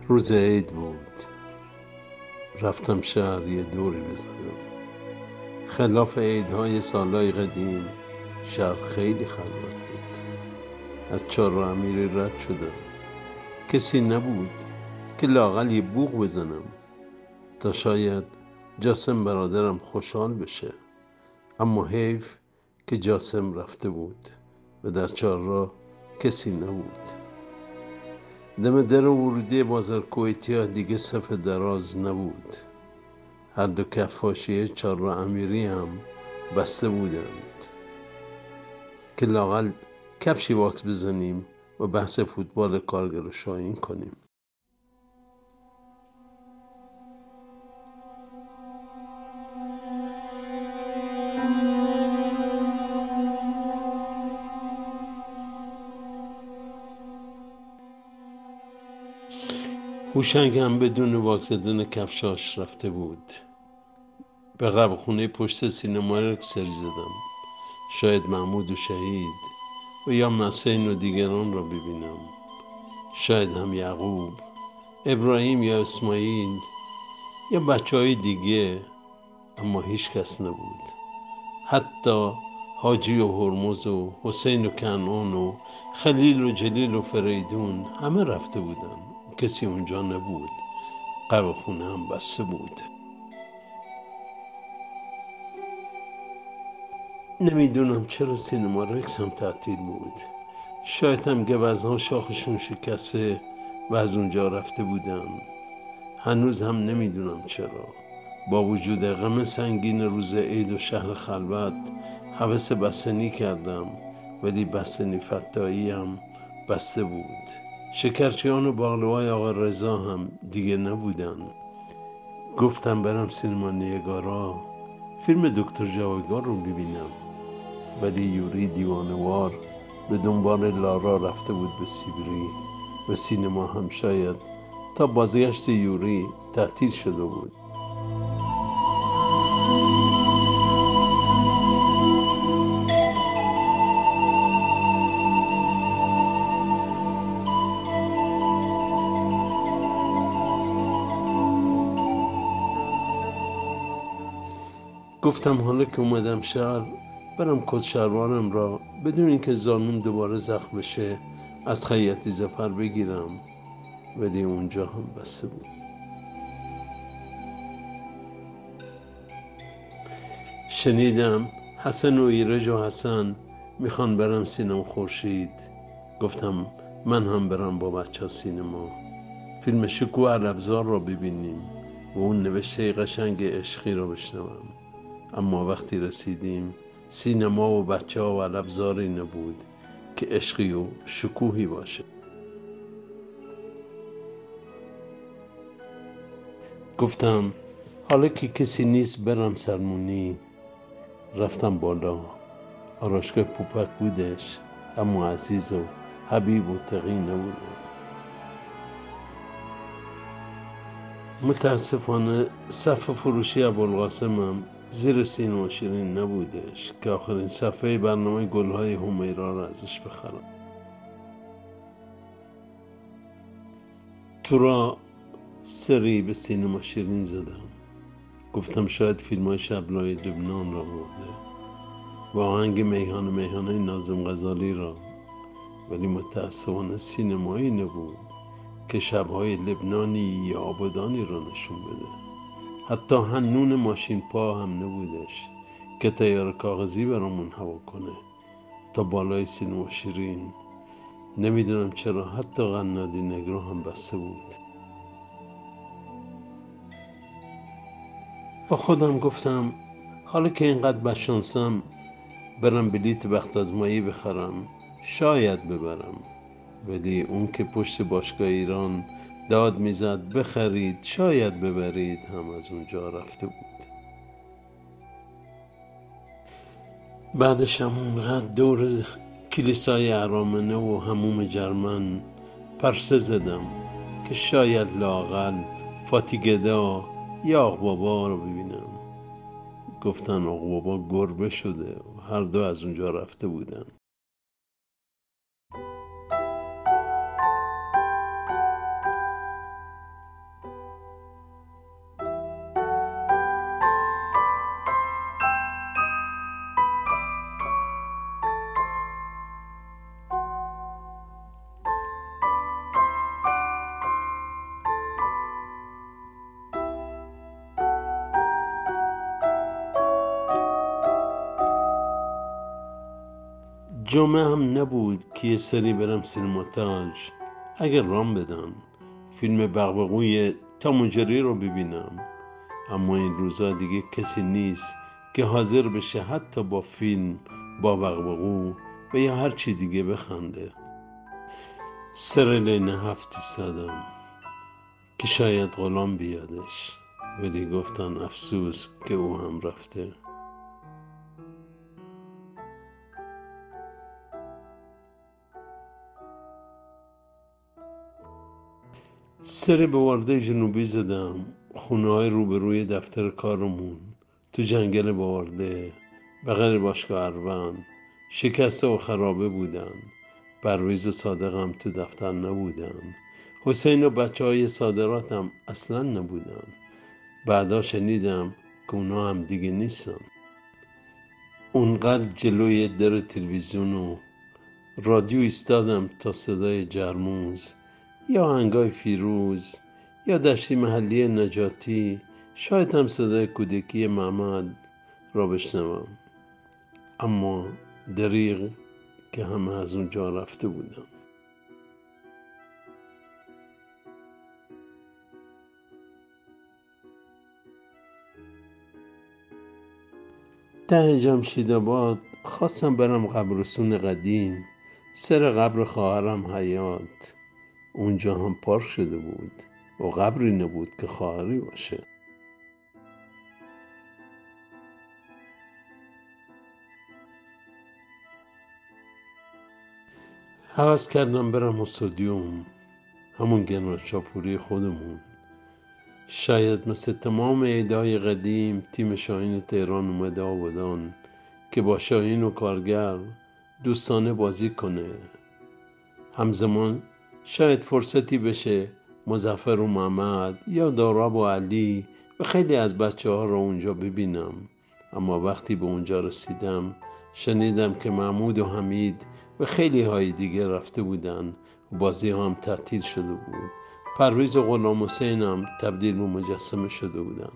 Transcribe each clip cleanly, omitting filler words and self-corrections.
روز عید بود. رفتم شهر یه دوری بزنم. خلاف عیدهای سالهای قدیم شهر خیلی خلوت بود. از چهارراه امیری رد شدم. کسی نبود که لااقل یه بوق بزنم تا شاید جاسم برادرم خوشحال بشه. اما حیف که جاسم رفته بود و در چهارراه کسی نبود. دم در ورودی بازار کویتیا دیگه صف دراز نبود. هر دو کف حاشیه چهارراه امیری هم بسته بودند که لااقل کفشی واکس بزنیم و بحث فوتبال کارگر رو شایین کنیم. هوشنگ هم بدون واکس زدن کفشاش رفته بود. به قهوه خونه پشت سینما سری زدم. شاید محمود و شهید و یا حسین و دیگران را ببینم. شاید هم یعقوب، ابراهیم یا اسماعیل یا بچه‌های دیگه، اما هیچ کس نبود. حتی حاجی و هرمز و حسین و کنعان و خلیل و جلیل و فریدون همه رفته بودن. کسی اونجا نبود. قهوه خونه هم بسته بود. نمیدونم چرا سینما رکس هم تعطیل بود. شاید هم گوزنها شاخشون شکسته و از اونجا رفته بودن. هنوز هم نمیدونم چرا. با وجود غم سنگین روز عید و شهر خلوت هوس بستنی کردم، ولی بستنی فتایی هم بسته بود. شکرچیان و باقلوای آقا رضا هم دیگه نبودن. گفتم برم سینما نیگارا فیلم دکتر جاویدگار رو ببینم، ولی یوری دیوانوار به دنبال لارا رفته بود به سیبری و سینما هم شاید تا بازگشت یوری تعطیل شده بود. گفتم حالا که اومدم شهر برم کت شلوارم را بدون اینکه زانوم دوباره زخم بشه از خیاطی ظفر بگیرم، ولی اونجا هم بسته بود. شنیدم حسن و ایرج و حسن میخوان برن سینما خورشید. گفتم من هم برم با بچه ها سینما، فیلم شکوه علبزار را ببینیم و اون نوشته قشنگ عشقی را بشنوم. اما وقتی رسیدیم سینما و بچه ها و علبزاری نبود که عشقی و شکوهی باشه. گفتم حالا که کسی نیست برم سلمونی. رفتم بالا. آراشگاه پوپک بودش، اما عزیز و حبیب و تقی نبودن. متاسفانه صف فروشی ابوالقاسمم زیر سینما شیرین نبودش که آخرین صفحه برنامه گلهای همیرا را ازش بخرم. تو را سری به سینما شیرین زدم. گفتم شاید فیلم‌های شب‌لای لبنان را برده و آهنگ میهانه ناظم غزالی را، ولی متاسفانه سینمایی نبود که شب‌های لبنانی یا آبادانی را نشون بده. حتی حنون ماشین پا هم نبودش که تیار کاغذی برامون هوا کنه تا بالای سینما شیرین. نمیدونم چرا حتی قنادی نگرو هم بسته بود. با خودم گفتم حالا که اینقدر بدشانسم برم بلیت بخت آزمایی بخرم، شاید ببرم. ولی اون که پشت باشگاه ایران داد میزد بخرید شاید ببرید هم از اونجا رفته بود. بعدش هم اونقدر دور کلیسای ارامنه و حموم جرمن پرسه زدم که شاید لااقل فاتیگدا یا آقبابا رو ببینم. گفتن آقبابا گربه شده و هر دو از اونجا رفته بودن. جمعه هم نبود که یه سری برم سینماتاژ اگر رام بدن فیلم بغبغوی تام و جری رو ببینم. اما این روزا دیگه کسی نیست که حاضر بشه حتی با فیلم، با بغبغو و یا هر چی دیگه بخنده. سر لین 7 که شاید غلام بیادش، ولی گفتن افسوس که او هم رفته. سر به وارده جنوبی زدم، خونه های روبروی دفتر کارمون تو جنگل بوارده بغل باشگاه اروند شکسته و خرابه بودن. پرویز و صادقم تو دفتر نبودن، حسین و بچه های صادراتم اصلا نبودن. بعدا شنیدم که اونا هم دیگه نیستن. اونقدر جلوی در تلویزیون و رادیو ایستادم تا صدای جرموز یا آهنگای فیروز یا دشتی محلی نجاتی، شاید هم صدای کودکی محمد را بشنوم. اما دریغ که همه از اونجا رفته بودم. ته جمشیدآباد خواستم برم قبرستون قدیم، سر قبر خواهرم حیات. اونجا هم پارک شده بود و قبری نبود که خواهری باشه. هوس کردم برم استادیوم، همون گنرالشاپوری خودمون. شاید مثل تمام عیدهای قدیم تیم شاهین تهران اومده آبادان که با شاهین و کارگر دوستانه بازی کنه. همزمان شاید فرصتی بشه مظفر و محمد یا داراب و علی و خیلی از بچه ها رو اونجا ببینم. اما وقتی به اونجا رسیدم شنیدم که محمود و حمید و خیلی های دیگه رفته بودن و بازی هم تعطیل شده بود. پرویز و غلام حسین هم تبدیل به مجسمه شده بودن.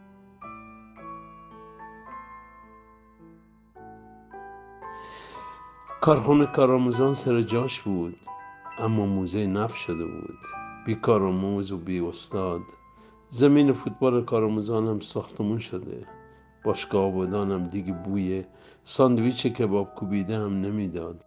کارخونه کارآموزان سر جاش بود، اما موزه نفت شده بود. بی کارآموز و بی استاد. زمین فوتبال کارآموزان هم ساختمون شده. باشگاه آبادان هم دیگه بوی ساندویچ کباب کوبیده هم نمیداد.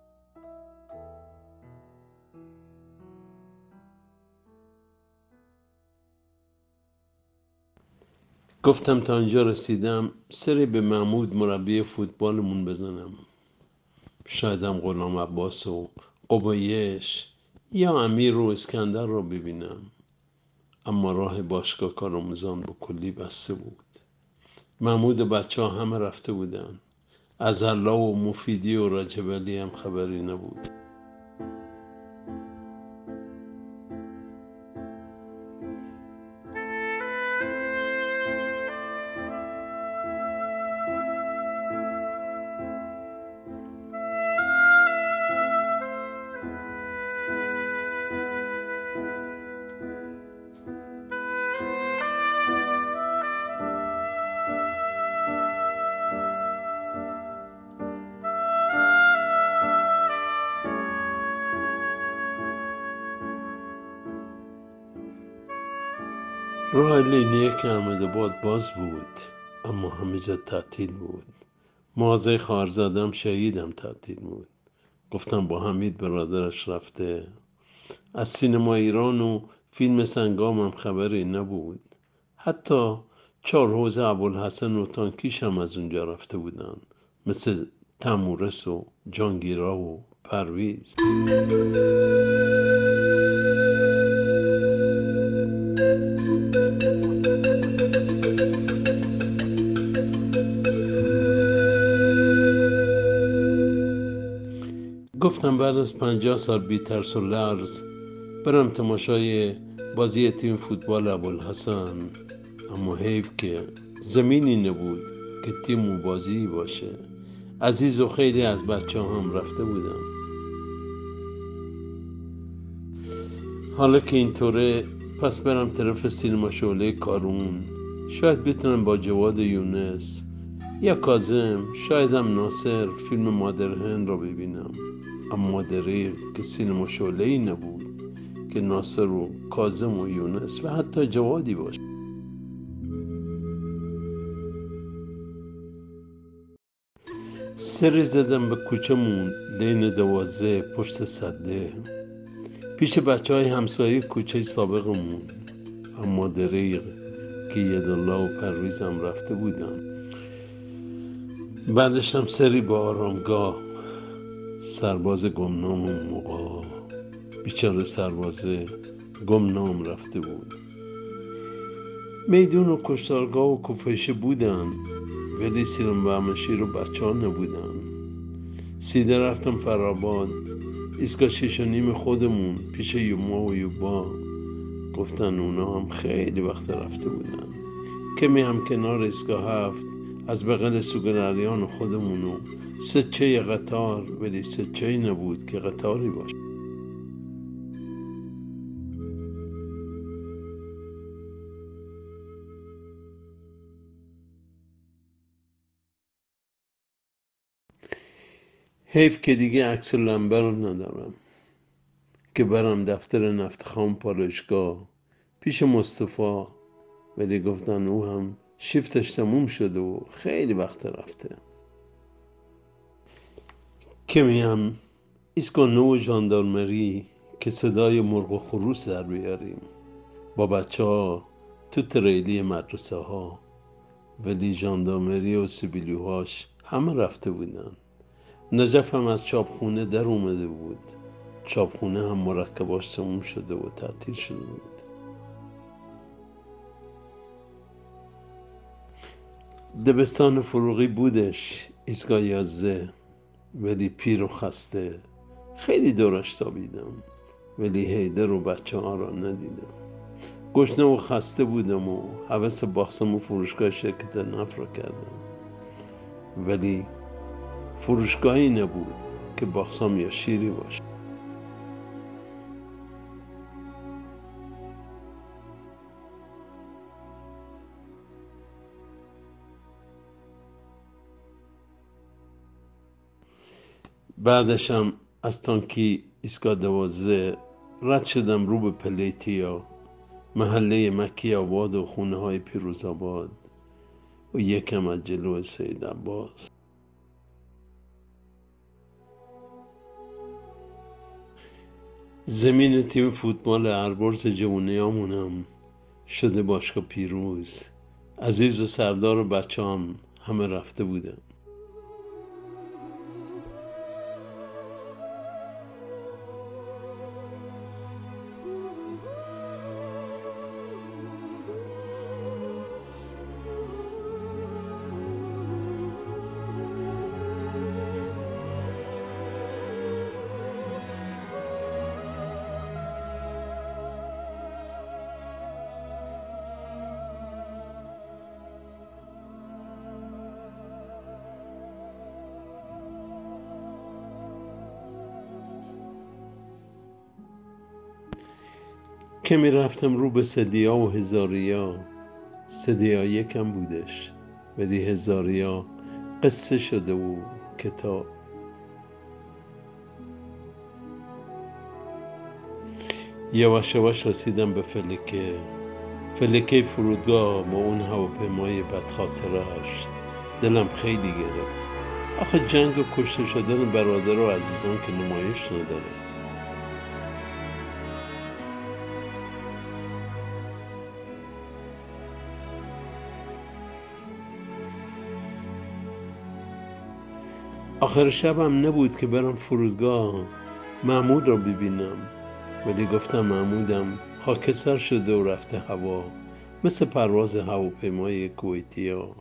گفتم تا اینجا رسیدم سری به محمود مربی فوتبالمون بزنم. شایدم غلام عباس و قبایش یا امیر و اسکندر رو ببینم. اما راه باشگاه کارآموزان به کلی بسته بود. محمود و بچه ها همه رفته بودن. از الله و مفیدی و رجب علی هم خبری نبود. راه لینیک احمدآباد باز بود، اما همه جا تعطیل بود. مغازه خواهرزاده‌ام شهیدم تعطیل بود. گفتم با حمید برادرش رفته. از سینما ایران و فیلم سنگام هم خبری نبود. حتی 4 حوزه ابوالحسن و تانکیش هم از اونجا رفته بودن، مثل تمورس و جانگیرا و پرویز. گفتم بعد از 50 سال بی ترس و لرز برم تماشای بازی تیم فوتبال ابوالحسن. اما حیف که زمینی نبود که تیم و بازی باشه. عزیز و خیلی از بچه هم رفته بودن. حالا که اینطوره پس برم طرف سینما شعله کارون. شاید بتونم با جواد یونس یا کاظم، شایدم ناصر فیلم مادرهند را ببینم. اما دریغ که سینما شعله‌ای نبود که ناصر و کاظم و یونس و حتی جوادی باشه. سری زدم به کوچمون لین 12 پشت سده، پیش بچه های همسایه کوچه سابقمون. اما دریغ که یدالله و پرویزم رفته بودن. بعدش هم سری با آرامگاه، سرباز گمنام اون موقع، بیچاره سربازه گمنام رفته بود. میدون و کشتارگاه و کفایشه بودن، ولی سیرم و همشیر و بچه ها نبودن. سیده رفتم فراباد، ایستگاه 6:30 خودمون پیش یوما و یوبا. گفتن اونا هم خیلی وقت رفته بودن. کمی هم کنار ایستگاه 7 از بغل سوگراریان و خودمونو سچه قطار، ولی سچه‌ای نبود که قطاری باشه. حیف که دیگه عکس لمبه رو ندارم که برم دفتر نفت خام پالایشگاه پیش مصطفی، ولی گفتن او هم شیفتش تموم شده و خیلی وقت رفته. کمی هم ایستگاه 9 ژاندارمری که صدای مرغ و خروس در بیاریم با بچه ها تو تریلی مدرسه ها، ولی ژاندارمری و سیبیلیوهاش همه رفته بودن. نجف هم از چاپخونه در اومده بود. چاپخونه هم مرکباش تموم شده و تعطیل شده بود. دبستان فروغی بودش ایستگاه 11، ولی پیر و خسته. خیلی دورش تابیدم، ولی حیدر و بچه ها را ندیدم. گشنه و خسته بودم و هوس باخسم و فروشگاه شرکت نفت را کردم، ولی فروشگاهی نبود که باخسام یا شیری باشه. بعدش هم از تانکی ایستگاه 12 رد شدم رو به پلیتیا، محله مکی آباد و خونه های پیروز آباد و یکم از جلو سید عباس. زمین تیم فوتبال البرز جوونیامونم شده باشگاه پیروز. عزیز و سردار و بچه هم همه رفته بودن. کمی رفتم رو به سدیا و هزاریا. سدیا یکم بودش، ولی هزاریا قصه شده و کتاب. یواش یواش رسیدم به فلکه فرودگاه با اون هواپیمای بدخاطرش. دلم خیلی گرفت. آخه جنگ و کشته شدن برادر و عزیزان که نمایش نداره. آخر شبم نبود که برم فرودگاه محمود را ببینم، ولی گفتم محمودم خاکستر شده و رفته هوا، مثل پرواز هواپیمای کویتیا.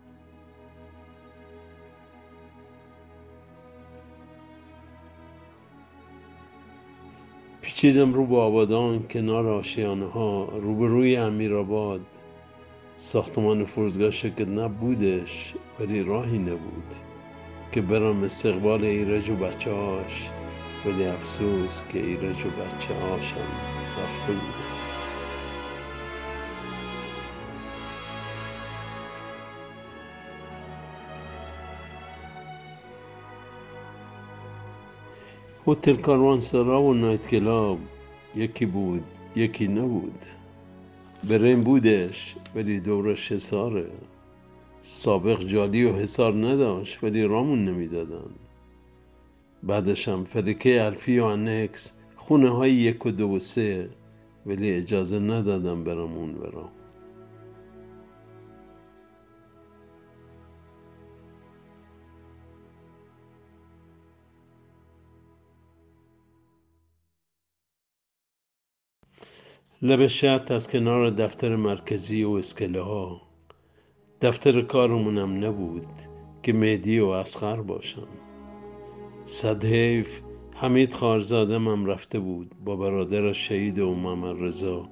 پیچیدم رو به آبادان کنار آشیانه ها روبروی امیرآباد. ساختمان فرودگاه شرکت نبودش، ولی راهی نبود که برم استقبال ایرج و بچه هاش، ولی افسوس که ایرج و بچه هاش هم رفته بود. هتل کاروانسرا و نایت کلاب یکی بود یکی نبود. برین بودش ولی دورش حساره. سابق جالی و حسار نداشت ولی رامون نمیدادن. بعدش هم فلکه الفی و انکس، خونه های 1 و 2 و 3، ولی اجازه ندادم برم اون برام. لب شط از کنار دفتر مرکزی و اسکله ها. دفتر کارمونم نبود که مهدی و اصغر باشم. صد حیف حمید خارزادم هم رفته بود با برادرش شهید و محمد رضا.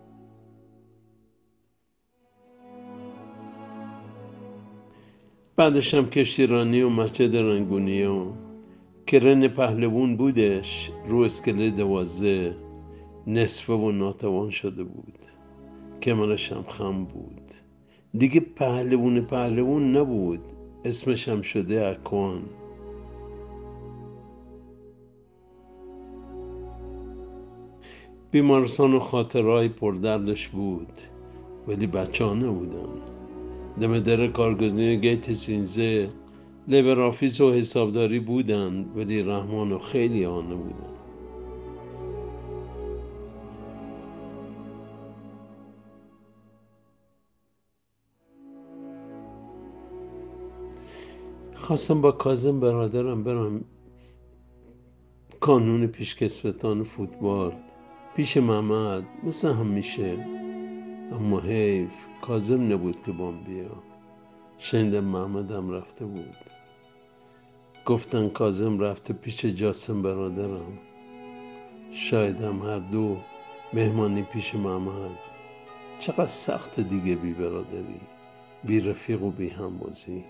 بعدش هم کشتیرانی و مسجد رنگونی و کرن پهلوون بودش رو اسکله 12، نصفه و ناتوان شده بود. کمرش هم خم بود. دیگه پهلوون نبود، اسمش هم شده اکوان. بیمارستان و خاطرهای پردردش بود ولی بچه ها نبودن. دم در کارگزینی گیت 13 لیبرافیس و حسابداری بودن ولی رحمان و خیلی ها نبودن. خواستم با کاظم برادرم برم کانون پیشکسوتان فوتبال پیش محمد مثل همیشه، اما حیف کاظم نبود که بام بیا. شنیدم محمد هم رفته بود. گفتن کاظم رفته پیش جاسم برادرم. شاید هم هر دو مهمانی پیش محمد. چقدر سخت دیگه بی برادری، بی رفیق و بی همبازی.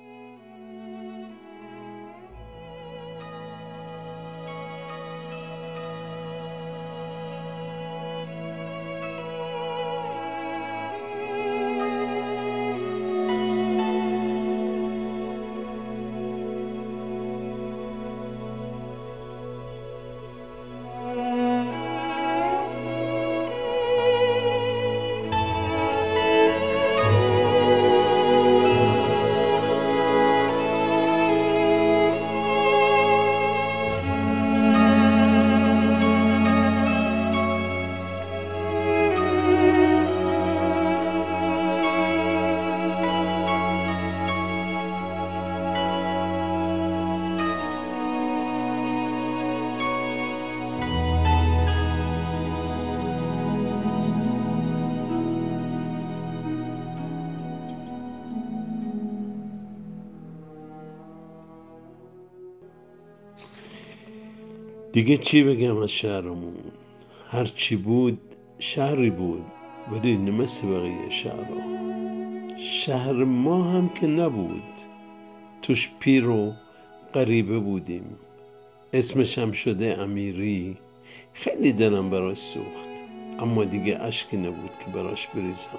دیگه چی بگم از شهرمون؟ هر چی بود شهری بود ولی نه مثل بقیه شهرها. شهر ما هم که نبود، توش پیر و غریبه بودیم. اسمش هم شده امیری. خیلی دلم براش سوخت، اما دیگه اشکی نبود که براش بریزم.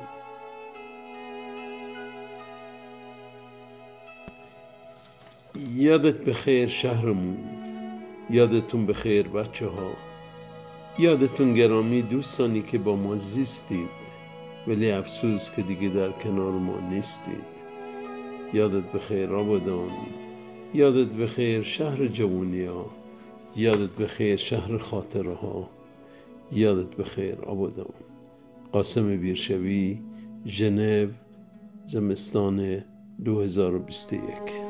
یادت بخیر شهرمون، یادتون بخیر بچه ها، یادتون گرامی دوستانی که با ما زیستید ولی افسوس که دیگه در کنار ما نیستید. یادت بخیر آبادان، یادت بخیر شهر جوونی ها، یادت بخیر شهر خاطره ها، یادت بخیر آبادان. قاسم بیرشوی، ژنو، زمستان 2021.